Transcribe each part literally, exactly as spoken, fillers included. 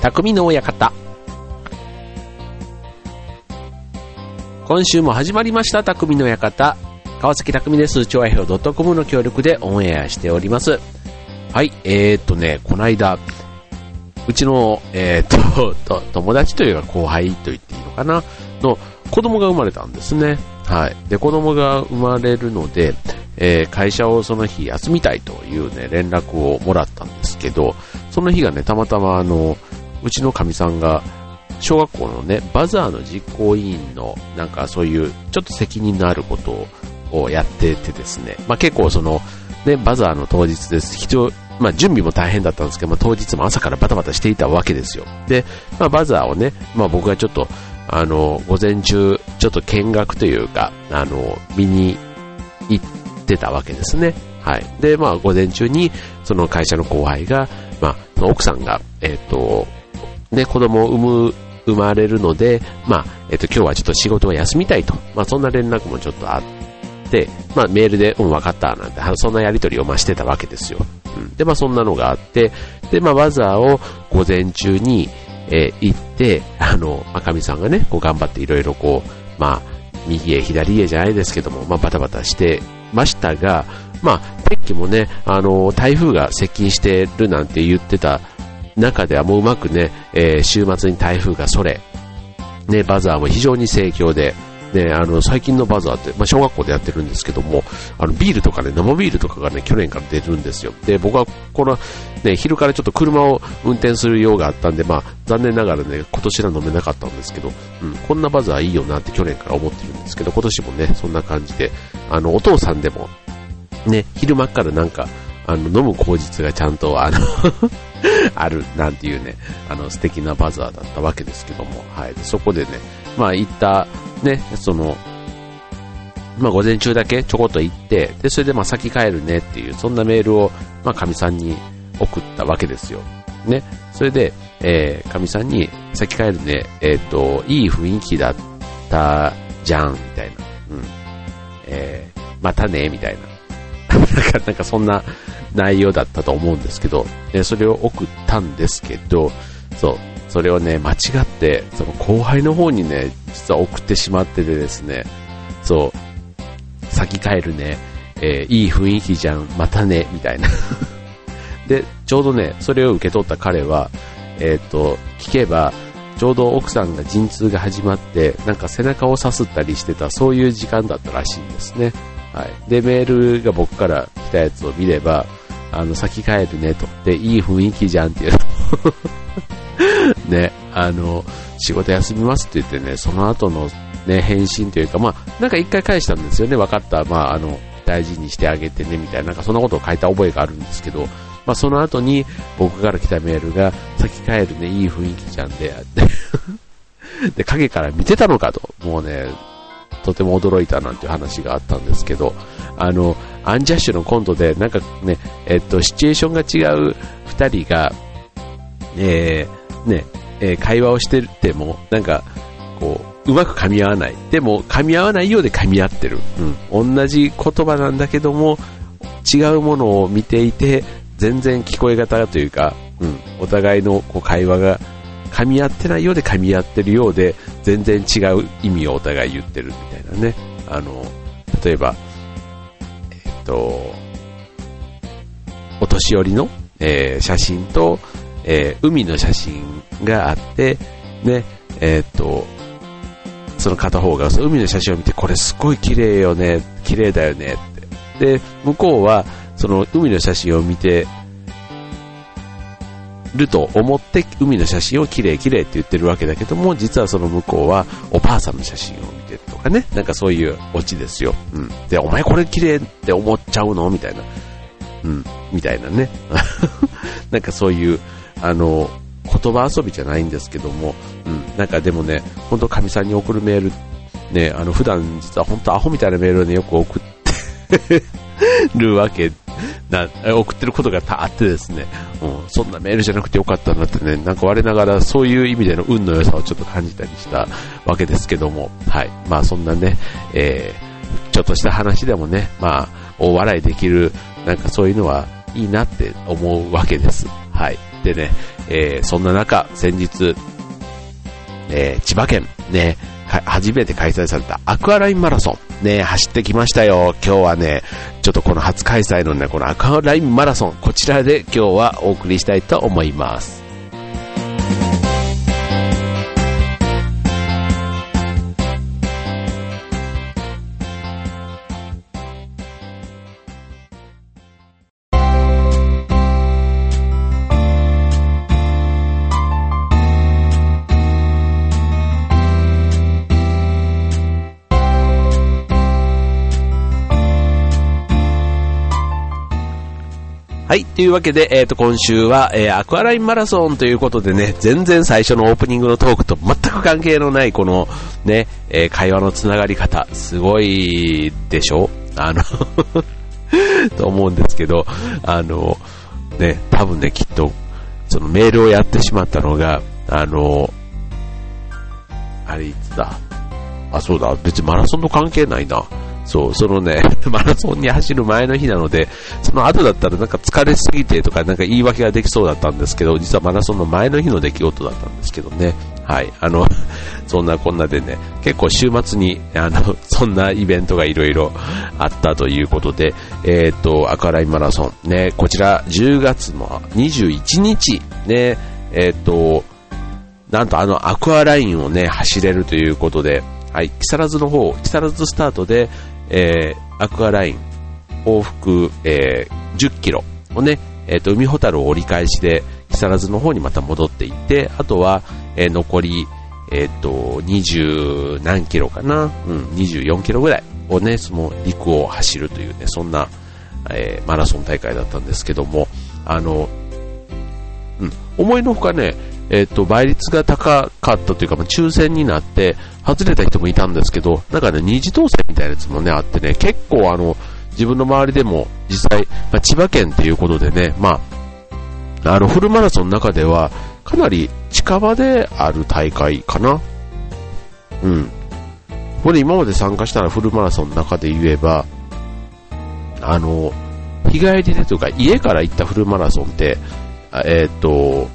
匠の館。今週も始まりました匠の館。川崎匠です。超愛表 .com の協力でオンエアしております。はい、えーっとね、この間、うちの、えーっと、と、友達というか後輩と言っていいのかなの子供が生まれたんですね。はい。で、子供が生まれるので、えー、会社をその日休みたいというね、連絡をもらったんですけど、その日がね、たまたまあの、うちのかみさんが、小学校のね、バザーの実行委員の、なんかそういう、ちょっと責任のあることをやっててですね、まあ結構その、ね、バザーの当日です。人、まあ準備も大変だったんですけど、まあ当日も朝からバタバタしていたわけですよ。で、まあバザーをね、まあ僕がちょっと、あの、午前中、ちょっと見学というか、あの、見に行ってたわけですね。はい。で、まあ午前中に、その会社の後輩が、まあ、奥さんが、えっと、ね、子供を産む、生まれるので、まあ、えっと、今日はちょっと仕事を休みたいと。まあ、そんな連絡もちょっとあって、まあ、メールで、うん、分かった、なんて、そんなやりとりをまあしてたわけですよ。うん。で、まあ、そんなのがあって、で、まあ、バザーを午前中に、えー、行って、あの、赤見さんがね、こう頑張っていろいろこう、まあ、右へ左へじゃないですけども、まあ、バタバタしてましたが、まあ、天気もね、あの、台風が接近してるなんて言ってた中ではもううまくね、えー、週末に台風がそれ、ね、バザーも非常に盛況で、ね、あの、最近のバザーって、まあ、小学校でやってるんですけども、あの、ビールとかね、生ビールとかがね、去年から出るんですよ。で、僕は、この、ね、昼からちょっと車を運転する用があったんで、まあ、残念ながらね、今年は飲めなかったんですけど、うん、こんなバザーいいよなって去年から思ってるんですけど、今年もね、そんな感じで、あの、お父さんでも、ね、昼間っからなんか、あの、飲む口実がちゃんと、あの、ある、なんていうね、あの、素敵なバザーだったわけですけども、はい。そこでね、まあ、行った、ね、その、まあ、午前中だけちょこっと行って、で、それでまあ、先帰るねっていう、そんなメールを、まあ、かみさんに送ったわけですよ。ね。それで、えー、かみさんに、先帰るね、えっと、いい雰囲気だったじゃん、みたいな。うん。えー、またね、みたいな。なんか、なんかそんな内容だったと思うんですけど、で、それを送ったんですけど、そう、それをね、間違って、その後輩の方にね、実は送ってしまっててですね、そう、先帰るね、えー、いい雰囲気じゃん、またね、みたいな。で、ちょうどね、それを受け取った彼は、えっと、聞けば、ちょうど奥さんが陣痛が始まって、なんか背中をさすったりしてた、そういう時間だったらしいんですね。はい。で、メールが僕から来たやつを見れば、あの、先帰るねと。で、いい雰囲気じゃんっていうね、あの、仕事休みますって言ってね、その後のね、返信というか、まあ、なんか一回返したんですよね。分かった。まあ、あの、大事にしてあげてね、みたいな、なんかそんなことを書いた覚えがあるんですけど、まあ、その後に僕から来たメールが、先帰るね、いい雰囲気じゃんで、で、影から見てたのかと。もうね、とても驚いたなんていう話があったんですけど、あの、アンジャッシュのコントで、なんかね、えっと、シチュエーションが違う二人が、えー、ね、えー、会話をしてても、なんか、こう、うまく噛み合わない。でも、噛み合わないようで噛み合ってる。うん。同じ言葉なんだけども、違うものを見ていて、全然聞こえ方というか、うん。お互いのこう会話が、噛み合ってないようで噛み合ってるようで全然違う意味をお互い言ってるみたいなね。あの、例えば、えっと、お年寄りの、えー、写真と、えー、海の写真があって、ね、えっと、その片方がその海の写真を見て、これすごい綺麗よね、綺麗だよねって。で、向こうはその海の写真を見て、ると思って海の写真を綺麗綺麗って言ってるわけだけども、実はその向こうはおばあさんの写真を見てるとかね、なんかそういうオチですよ。うん。で、お前これ綺麗って思っちゃうのみたいな。うん。みたいなね。なんかそういう、あの、言葉遊びじゃないんですけども、うん。なんかでもね、本当神さんに送るメール、ね、あの、普段実は本当アホみたいなメールをね、よく送ってるわけな、送ってることがあってですね、うん、そんなメールじゃなくてよかったなってね、なんか我ながらそういう意味での運の良さをちょっと感じたりしたわけですけども、はい。まあそんなね、えー、ちょっとした話でもね、まあ、大笑いできる、なんかそういうのはいいなって思うわけです。はい。 でね、えー、そんな中、先日、えー、千葉県、ね、初めて開催されたアクアラインマラソン、ね、走ってきましたよ。今日はね、ちょっとこの初開催のね、このアクアラインマラソン、こちらで今日はお送りしたいと思います。はい。というわけで、えっと、今週は、えー、アクアラインマラソンということでね、全然最初のオープニングのトークと全く関係のない、この、ね、えー、会話のつながり方、すごいでしょ？あの、と思うんですけど、あの、ね、多分ね、きっと、そのメールをやってしまったのが、あの、あれいつだ？あ、そうだ、別にマラソンと関係ないな。そう、そのね、マラソンに走る前の日なので、その後だったらなんか疲れすぎてとかなんか言い訳ができそうだったんですけど、実はマラソンの前の日の出来事だったんですけどね。はい。あの、そんなこんなでね、結構週末に、あの、そんなイベントがいろいろあったということで、えっと、アクアラインマラソン、ね、こちらじゅうがつのにじゅういちにち、ね、えっと、なんとあのアクアラインをね、走れるということで、はい、木更津の方、木更津スタートで、えー、アクアライン往復、えー、じゅっキロをね、えっと、海ほたるを折り返しで木更津の方にまた戻っていって、あとは、えー、残り、えっと、にじゅう何キロかな、うん、にじゅうよんキロぐらいをね、その陸を走るというね、そんな、えー、マラソン大会だったんですけども、あの、うん、思いのほかね、えっと、倍率が高かったというか、まあ、抽選になって、外れた人もいたんですけど、なんかね、二次当選みたいなやつもね、あってね、結構あの、自分の周りでも、実際、まあ、千葉県っていうことでね、まあ、あの、フルマラソンの中では、かなり近場である大会かな。うん。これ今まで参加したらフルマラソンの中で言えば、あの、日帰りでというか、家から行ったフルマラソンって、えっと、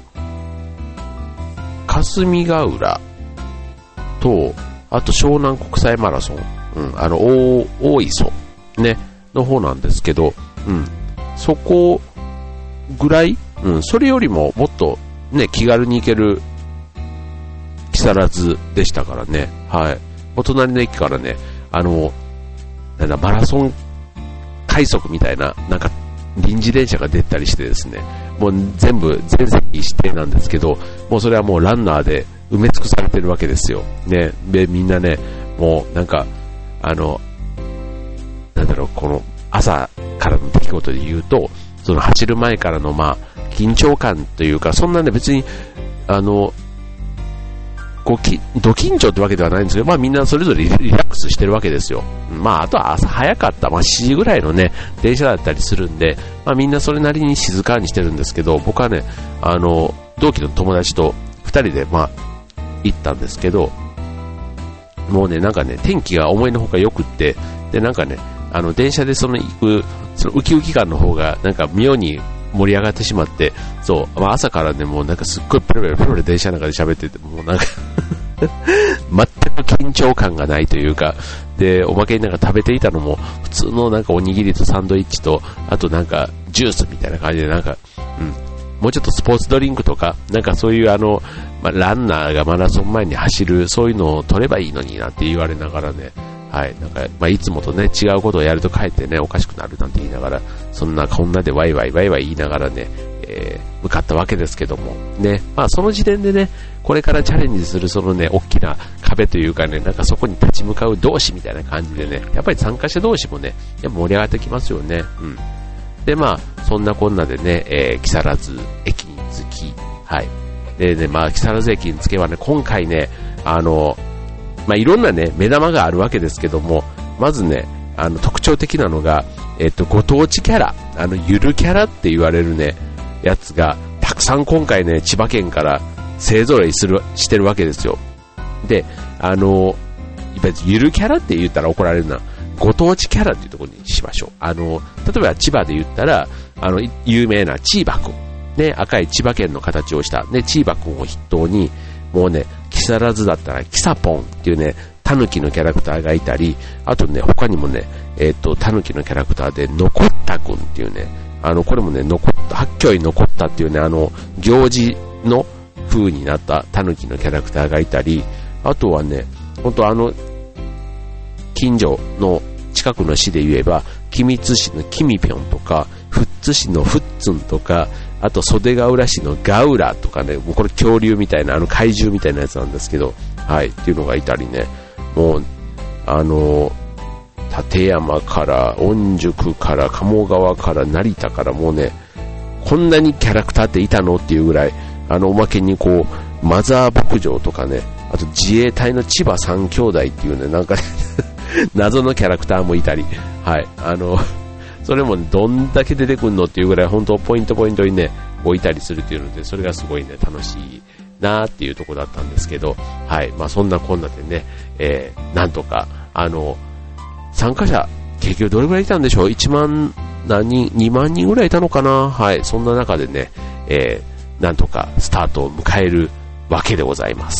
霞ヶ浦と、あと湘南国際マラソン、うん、あの、大、大磯、ね、の方なんですけど、うん、そこぐらい、うん、それよりももっとね、気軽に行ける木更津でしたからね、はい。お隣の駅からね、あの、なんだ、マラソン快速みたいな、なんか、臨時電車が出たりしてですね、もう全部全席指定なんですけど、もうそれはもうランナーで埋め尽くされてるわけですよ。ね、でみんなね、もうなんかあのなんだろう、この朝からの出来事で言うと、その走る前からのまあ緊張感というか、そんなね別にあのこうきド緊張ってわけではないんですけど、まあみんなそれぞれリラックスしてるわけですよ。まああとは朝早かった、まあしちじぐらいのね、電車だったりするんで、まあみんなそれなりに静かにしてるんですけど、僕はね、あの、同期の友達と二人でまあ行ったんですけど、もうね、なんかね、天気が思いのほか良くって、でなんかね、あの電車でその行く、そのウキウキ感の方がなんか妙に盛り上がってしまって、そう、まあ、朝からね、もうなんかすっごいペロペロペロペロ電車の中で喋ってて、もうなんか全く緊張感がないというか、で、おまけになんか食べていたのも、普通のなんかおにぎりとサンドイッチと、あとなんかジュースみたいな感じで、なんか、うん、もうちょっとスポーツドリンクとか、なんかそういうあの、まあ、ランナーがマラソン前に走る、そういうのを取ればいいのになって言われながらね、はい、なんか、まあ、いつもとね、違うことをやるとかえってね、おかしくなるなんて言いながら、そんなこんなでワイワイワイワイ言いながらね、えー、向かったわけですけども、ね、まあその時点でね、これからチャレンジするそのね、大きな壁というかね、なんかそこに立ち向かう同士みたいな感じでね、やっぱり参加者同士もね、やっぱ盛り上がってきますよね、うん。で、まあ、そんなこんなでね、えー、木更津駅に着き、はい。でね、まあ、木更津駅に着けばね、今回ね、あの、まあ、いろんなね、目玉があるわけですけども、まずね、あの、特徴的なのが、えっと、ご当地キャラ、あの、ゆるキャラって言われるね、やつが、たくさん今回ね、千葉県から勢揃いする、してるわけですよ。で、あの、別にゆるキャラって言ったら怒られるな。ご当地キャラっていうところにしましょう。あの、例えば千葉で言ったら、あの、有名なチーバくん。 ね、赤い千葉県の形をした、ね、チーバくんを筆頭に、もうね、木更津だったらキサポンっていうね、タヌキのキャラクターがいたり、あとね、他にもね、えっと、タヌキのキャラクターで、残ったくんっていうね、あの、これもね、残った、はっきょい残ったっていうね、あの、行事の風になったタヌキのキャラクターがいたり、あとはね、本当あの、近所の近くの市で言えば、君津市のキミピョンとか、富津市のフッツンとか、あと袖ヶ浦市のガウラとかね、もうこれ恐竜みたいな、あの怪獣みたいなやつなんですけど、はい、っていうのがいたりね、もう、あの、立山から、御宿から、鴨川から、成田からもうね、こんなにキャラクターっていたのっていうぐらい、あの、おまけにこう、マザー牧場とかね、あと自衛隊の千葉三兄弟っていうね、なんかね、謎のキャラクターもいたり、はい、あの、それも、ね、どんだけ出てくんのっていうぐらい本当ポイントポイントにね置いたりするっていうので、それがすごいね楽しいなーっていうところだったんですけど、はい、まあそんなこんなでね、えー、なんとかあの参加者結局どれぐらいいたんでしょう、いちまん何人、にまんにんぐらいいたのかな、はい、そんな中でね、えー、なんとかスタートを迎えるわけでございます。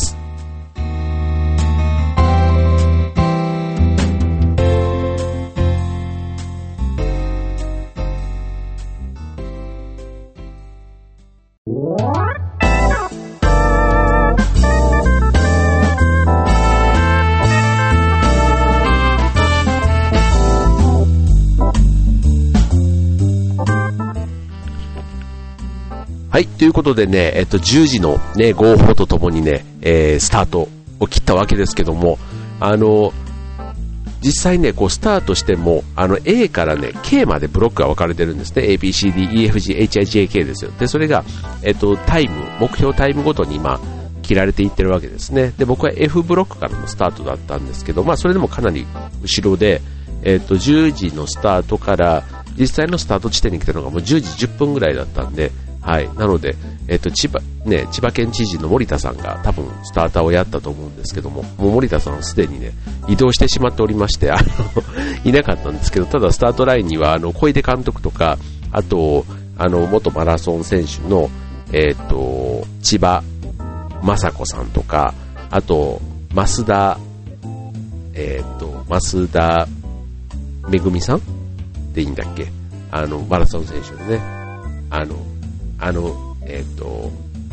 はい、ということでね、えっと、じゅうじのね、号砲とともにね、えー、スタートを切ったわけですけども、あの、実際ね、こう、スタートしても、あの、A からね、K までブロックが分かれてるんですね。A、B、C、D、E、F、G、H、I、J、K ですよ。で、それが、えっと、タイム、目標タイムごとに、まあ、切られていってるわけですね。で、僕は F ブロックからのスタートだったんですけど、まあ、それでもかなり後ろで、えっと、じゅうじのスタートから、実際のスタート地点に来たのがもうじゅうじじゅっぷんぐらいだったんで、はい。なので、えっと、千葉、ね、千葉県知事の森田さんが多分スターターをやったと思うんですけども、もう森田さんはすでにね、移動してしまっておりまして、あの、いなかったんですけど、ただスタートラインには、あの、小出監督とか、あと、あの、元マラソン選手の、えっと、千葉雅子さんとか、あと、増田、えっと、増田めぐみさんでいいんだっけ、あの、マラソン選手でね、あの、あの、えっと、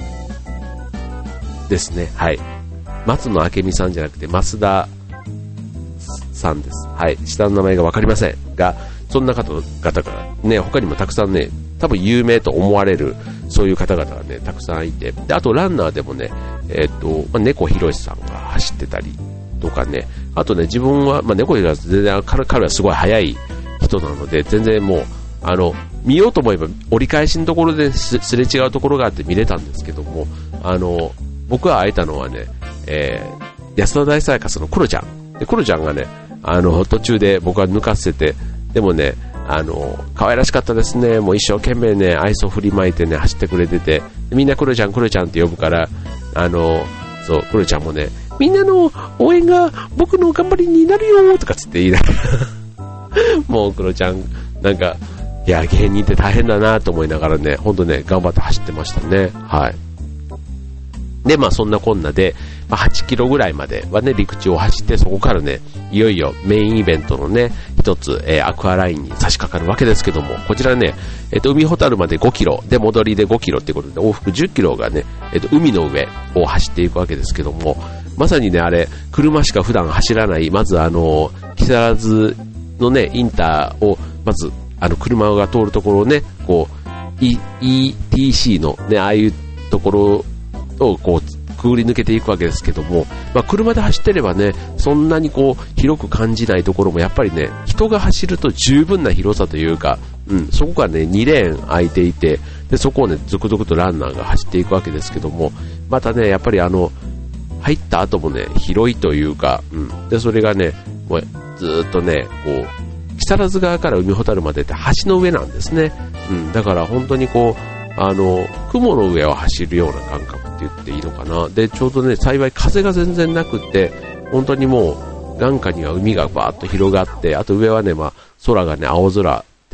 ですね、はい。松野明美さんじゃなくて、増田さんです。はい。下の名前がわかりませんが、そんな方々がね、他にもたくさんね、多分有名と思われる、そういう方々がね、たくさんいて、で、あとランナーでもね、えっと、まあ、猫ひろしさんが走ってたりとかね、あとね、自分は、まあ、猫ひろし全然、彼はすごい速い人なので、全然もう、あの、見ようと思えば折り返しのところですすれ違うところがあって見れたんですけども、あの、僕が会えたのはね、えー、安田大サーカスのクロちゃん。で、クロちゃんがね、あの、途中で僕は抜かせて、でもね、あの、可愛らしかったですね。もう一生懸命ね、愛想振りまいてね、走ってくれてて、みんなクロちゃん、クロちゃんって呼ぶから、あの、そう、クロちゃんもね、みんなの応援が僕の頑張りになるよとかつって言いながら、もうクロちゃん、なんか、いや、芸人って大変だなと思いながらね、ほんとね、頑張って走ってましたね。はい。で、まあそんなこんなで、まあ、はちキロぐらいまではね、陸地を走って、そこからね、いよいよメインイベントのね、一つ、えー、アクアラインに差し掛かるわけですけども、こちらね、えっと、海ほたるまでごキロ、で、戻りでごキロってことで、往復じゅっキロがね、えっと、海の上を走っていくわけですけども、まさにね、あれ、車しか普段走らない、まずあの、木更津のね、インターを、まず、あの、車が通るところをね、こう、イーティーシー のね、ああいうところを、こう、くぐり抜けていくわけですけども、まあ、車で走ってればね、そんなにこう、広く感じないところも、やっぱりね、人が走ると十分な広さというか、うん、そこがね、にレーン空いていて、で、そこをね、続々とランナーが走っていくわけですけども、またね、やっぱりあの、入った後もね、広いというか、うん、で、それがね、もうずーっとね、こう、木更津側から海ほたるまでって橋の上なんですね。うん、だから本当にこう、あの、雲の上を走るような感覚って言っていいのかな。で、ちょうどね、幸い風が全然なくって、本当にもう、眼下には海がバーッと広がって、あと上はね、まあ、空がね、青空で、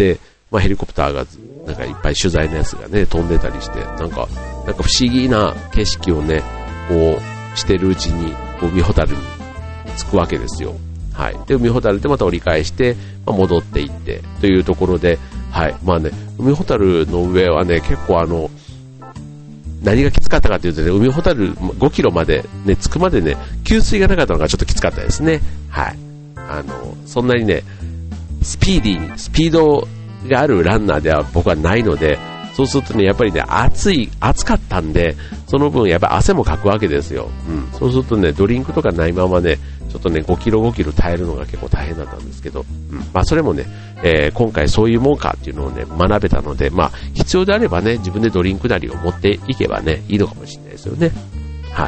まあ、ヘリコプターがなんかいっぱい取材のやつがね飛んでたりして、なんかなんか不思議な景色をねこうしてるうちに海ほたるに着くわけですよ。はい。で海ほたるでまた折り返して、まあ、戻っていってというところで、はい。まあね、海ほたるの上はね結構あの何がきつかったかというとね、海ほたるごキロまでね着くまでね給水がなかったのがちょっときつかったですね。はい。あのそんなにねスピーディーにスピードがあるランナーでは僕はないので、そうするとねやっぱりね暑い暑かったんで、その分やっぱり汗もかくわけですよ。うん。そうするとねドリンクとかないままねちょっとねごキロごキロ耐えるのが結構大変だったんですけど、うん。まあそれもね、えー、今回そういうもんかっていうのをね学べたので、まあ必要であればね自分でドリンクなりを持っていけばねいいのかもしれないですよね。はい。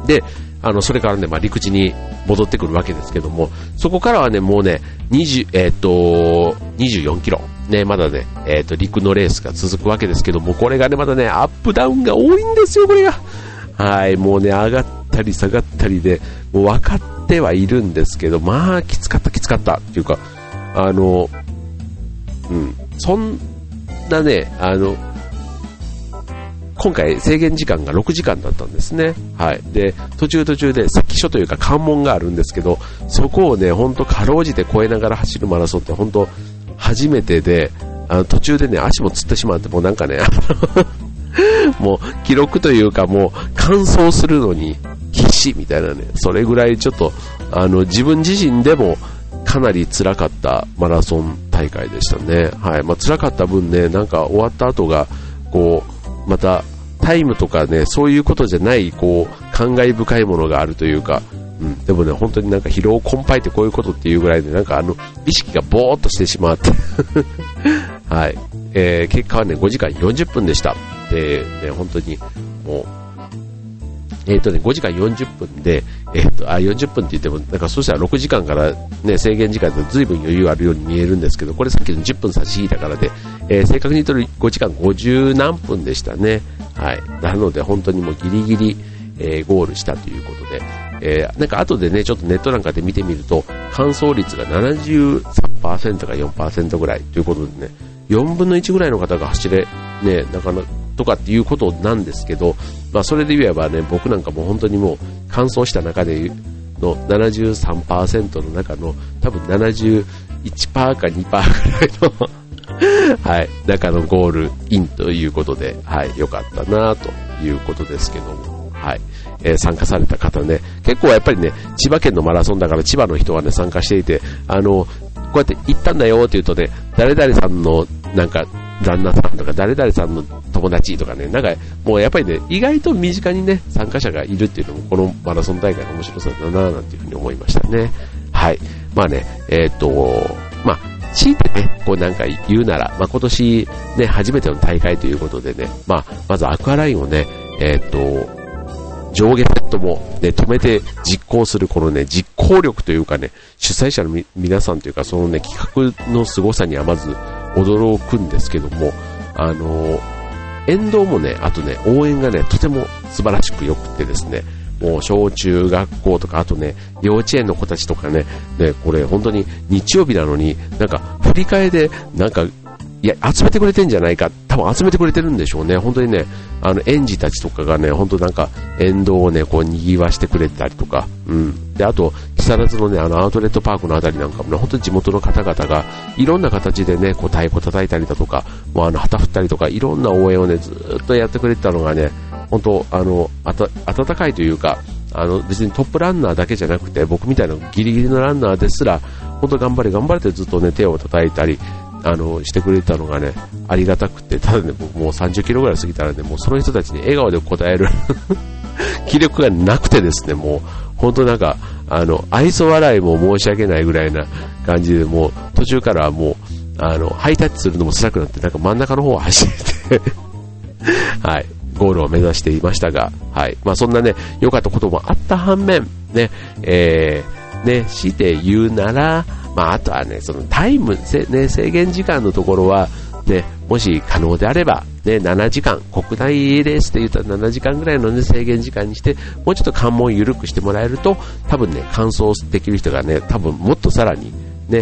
で、あのそれからねまあ陸地に戻ってくるわけですけども、そこからはねもうねにじゅうえっとにじゅうよんキロねまだねえっと陸のレースが続くわけですけども、これがねまだねアップダウンが多いんですよこれが。はい。もうね上がったり下がったりでもう分かってはいるんですけど、まあきつかったきつかったっていうか、あのうんそんなねあの今回制限時間がろくじかんだったんですね。はい。で、途中途中で関所というか関門があるんですけど、そこをね、ほんとかろうじて越えながら走るマラソンってほんと初めてで、あの途中でね、足もつってしまって、もうなんかね、もう記録というかもう完走するのに必死みたいなね、それぐらいちょっと、あの、自分自身でもかなり辛かったマラソン大会でしたね。はい。まあ辛かった分ね、なんか終わった後が、こう、またタイムとかねそういうことじゃないこう感慨深いものがあるというか、うん、でもね本当になんか疲労困憊ってこういうことっていうぐらいでなんかあの意識がぼーっとしてしまってはい、えー、結果はねごじかんよんじゅっぷんでした。で、ね、本当にもうえっとねごじかんよんじゅっぷんでえっとあよんじゅっぷんって言ってもなんかそうしたらろくじかんからね制限時間でずいぶん余裕あるように見えるんですけど、これさっきのじゅっぷん差し引いたからで、えー、正確に言うとごじかんごじゅうなんぷんでしたね。はい。なので本当にもうギリギリ、えー、ゴールしたということで、えー、なんか後でねちょっとネットなんかで見てみると完走率が ななじゅうさんパーセント か よんパーセント ぐらいということでね、よんぶんのいちぐらいの方が走れねなかなかとかっていうことなんですけど、まあそれで言えばね僕なんかもう本当にもう完走した中での ななじゅうさんパーセント の中の多分 ななじゅういちパーセント か にパーセント ぐらいのはい、中のゴールインということで、はい、良かったなということですけども、はい、えー、参加された方ね、結構やっぱりね、千葉県のマラソンだから千葉の人がね、参加していて、あの、こうやって行ったんだよって言うとね、誰々さんのなんか、旦那さんとか誰々さんの友達とかね、なんかもうやっぱりね、意外と身近にね、参加者がいるっていうのも、このマラソン大会の面白さだななんていうふうに思いましたね。はい。まあね、えーっと、まあ、強いてね、こうなんか言うなら、まあ、今年ね、初めての大会ということでね、まあ、まずアクアラインをね、えーっと、上下セットも、ね、止めて実行するこのね、実行力というかね、主催者のみ皆さんというか、そのね、企画の凄さにはまず驚くんですけども、あの、沿道もね、あとね、応援がね、とても素晴らしく良くてですね、もう小中学校とか、あとね、幼稚園の子たちとかね、ね、これ本当に日曜日なのに、なんか振り替えで、なんか、いや、集めてくれてんじゃないか、多分集めてくれてるんでしょうね。本当にね、あの、園児たちとかがね、本当なんか、沿道をね、こう、賑わしてくれたりとか、うん。で、あと、木更津のね、あの、アウトレットパークのあたりなんかもね、本当に地元の方々が、いろんな形でね、こう、太鼓叩いたりだとか、もうあの、旗振ったりとか、いろんな応援をね、ずっとやってくれてたのがね、本当、あの、あた、温かいというか、あの、別にトップランナーだけじゃなくて、僕みたいなギリギリのランナーですら、本当頑張れ頑張れってずっとね、手を叩いたり、あの、してくれたのがね、ありがたくて、ただね、僕もうさんじゅっキロぐらい過ぎたらね、もうその人たちに笑顔で応える気力がなくてですね、もう、本当なんか、あの、愛想笑いも申し訳ないぐらいな感じで、もう、途中からはもう、あの、ハイタッチするのも辛くなって、なんか真ん中の方を走ってはい、ゴールを目指していましたが、はい、まあそんなね、良かったこともあった反面、ね、えー、ね、強いて言うなら、まあ、あとはね、そのタイム、ね、制限時間のところは、ね、もし可能であれば、ね、ななじかん、国内レースで言うとななじかんぐらいの、ね、制限時間にして、もうちょっと関門を緩くしてもらえると、多分ね、完走できる人がね、多分もっとさらに、ね、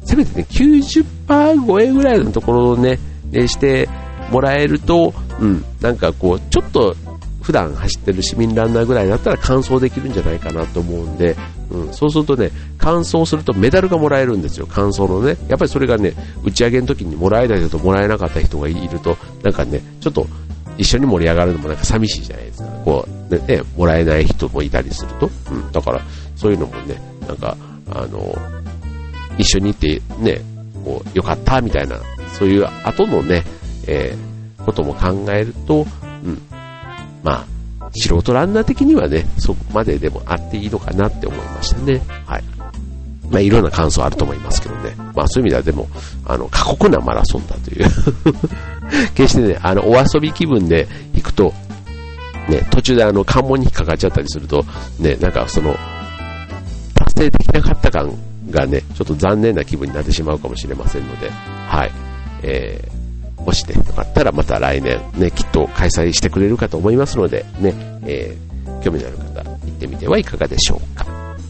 せめてね、きゅうじゅっパーセント 超えぐらいのところをね、ねしてもらえると、うん、なんかこう、ちょっと普段走ってる市民ランナーぐらいだったら完走できるんじゃないかなと思うんで、うん、そうするとね、完走するとメダルがもらえるんですよ、完走のね。やっぱりそれがね、打ち上げの時にもらえた人ともらえなかった人がいると、なんかね、ちょっと一緒に盛り上がるのもなんか寂しいじゃないですか。こう、ね、ねもらえない人もいたりすると。うん、だから、そういうのもね、なんか、あの、一緒に行ってね、こう、よかったみたいな、そういう後のね、えー、ことも考えると、うん、まあ、素人ランナー的にはね、そこまででもあっていいのかなって思いましたね。はい。まあ、いろんな感想あると思いますけどね。まあ、そういう意味ではでも、あの、過酷なマラソンだという。決してね、あの、お遊び気分で行くと、ね、途中であの、関門に引っかかっちゃったりすると、ね、なんかその、達成できなかった感がね、ちょっと残念な気分になってしまうかもしれませんので、はい。えー、もしね、よかったらまた来年ね、きっと開催してくれるかと思いますので、ね、えー、興味のある方、行ってみてはいかがでしょうか。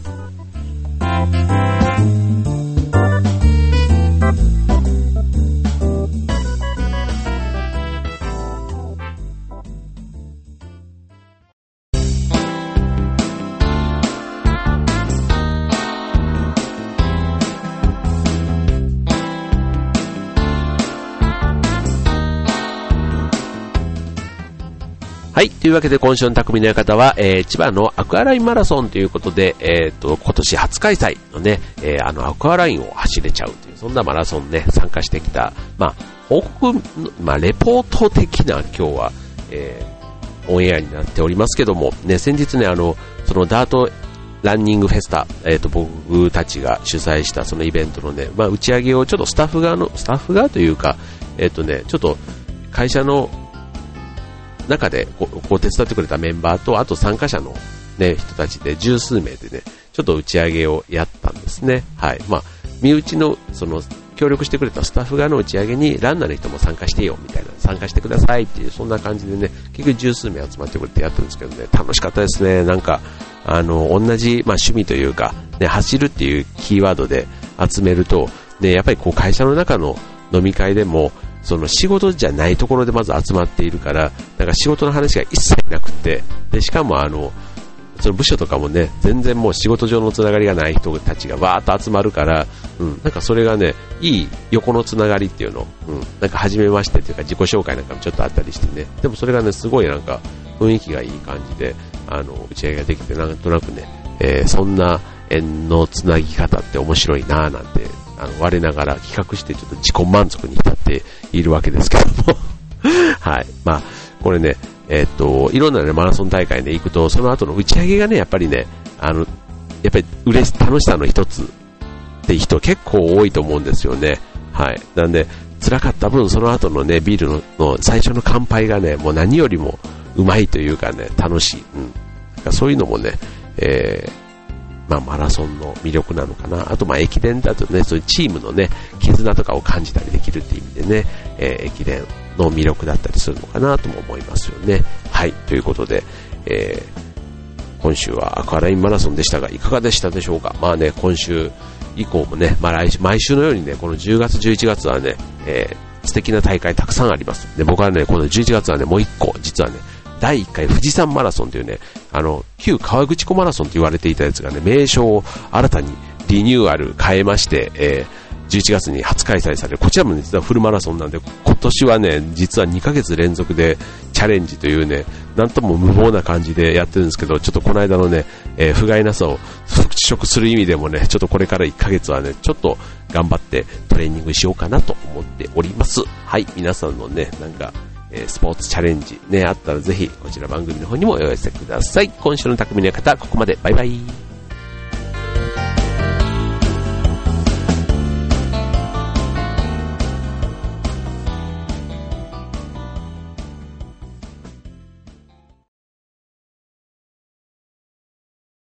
はい。というわけで今週の匠の館は、えー、千葉のアクアラインマラソンということで、えっと、今年初開催のね、えー、あのアクアラインを走れちゃうという、そんなマラソンね、参加してきた、まあ、報告、まあ、レポート的な今日は、えー、オンエアになっておりますけども、ね、先日ね、あの、そのダートランニングフェスタ、えっと、僕たちが主催したそのイベントのね、まあ、打ち上げをちょっとスタッフ側の、スタッフ側というか、えっとね、ちょっと会社の中でこう、こう手伝ってくれたメンバーと、あと参加者の、ね、人たちで十数名でね、ちょっと打ち上げをやったんですね。はい。まあ、身内の、その、協力してくれたスタッフ側の打ち上げに、ランナーの人も参加してよ、みたいな、参加してくださいっていう、そんな感じでね、結局十数名集まってくれてやってるんですけどね、楽しかったですね。なんか、あの、同じ、まあ、趣味というか、ね、走るっていうキーワードで集めると、ね、やっぱりこう、会社の中の飲み会でも、その仕事じゃないところでまず集まっているから、なんか仕事の話が一切なくて、で、しかもあの、その部署とかもね、全然もう仕事上のつながりがない人たちがわーっと集まるから、うん、なんかそれがね、いい横のつながりっていうの、うん、なんか初めましてっていうか自己紹介なんかもちょっとあったりしてね、でもそれがね、すごいなんか雰囲気がいい感じで、あの、打ち上げができて、なんとなくね、えー、そんな縁のつなぎ方って面白いなぁなんて、あの我ながら企画してちょっと自己満足に至っているわけですけどもはい。まあ、これね、えー、っと、いろんなね、マラソン大会で行くと、その後の打ち上げがね、やっぱりね、あの、やっぱり嬉し、楽しさの一つって人結構多いと思うんですよね。はい。なんで、辛かった分、その後のね、ビール の, の最初の乾杯がね、もう何よりもうまいというかね、楽しい。うん。そういうのもね、えー、まあ、マラソンの魅力なのかな。あと、まあ、駅伝だとね、そういうチームのね、絆とかを感じたりできるっていう意味でね、えー、駅伝の魅力だったりするのかなとも思いますよね。はい。ということで、えー、今週はアクアラインマラソンでしたが、いかがでしたでしょうか。まあね、今週以降もね、まあ来週、毎週のようにね、このじゅうがつ、じゅういちがつはね、えー、素敵な大会たくさんあります。で、僕はね、このじゅういちがつはね、もういっこ、実はね、だいいっかい富士山マラソンというね、あの、旧河口湖マラソンと言われていたやつがね、名称を新たにリニューアル変えまして、えー、じゅういちがつに初開催される。こちらも、ね、実はフルマラソンなんで、今年はね、実はにかげつ連続でチャレンジというね、なんとも無謀な感じでやってるんですけど、ちょっとこの間のね、えー、不甲斐なさを払拭する意味でもね、ちょっとこれからいっかげつはね、ちょっと頑張ってトレーニングしようかなと思っております。はい、皆さんのね、なんか、スポーツチャレンジね、あったらぜひこちら番組の方にもお寄せください。今週の匠の方、ここまで。バイバイ。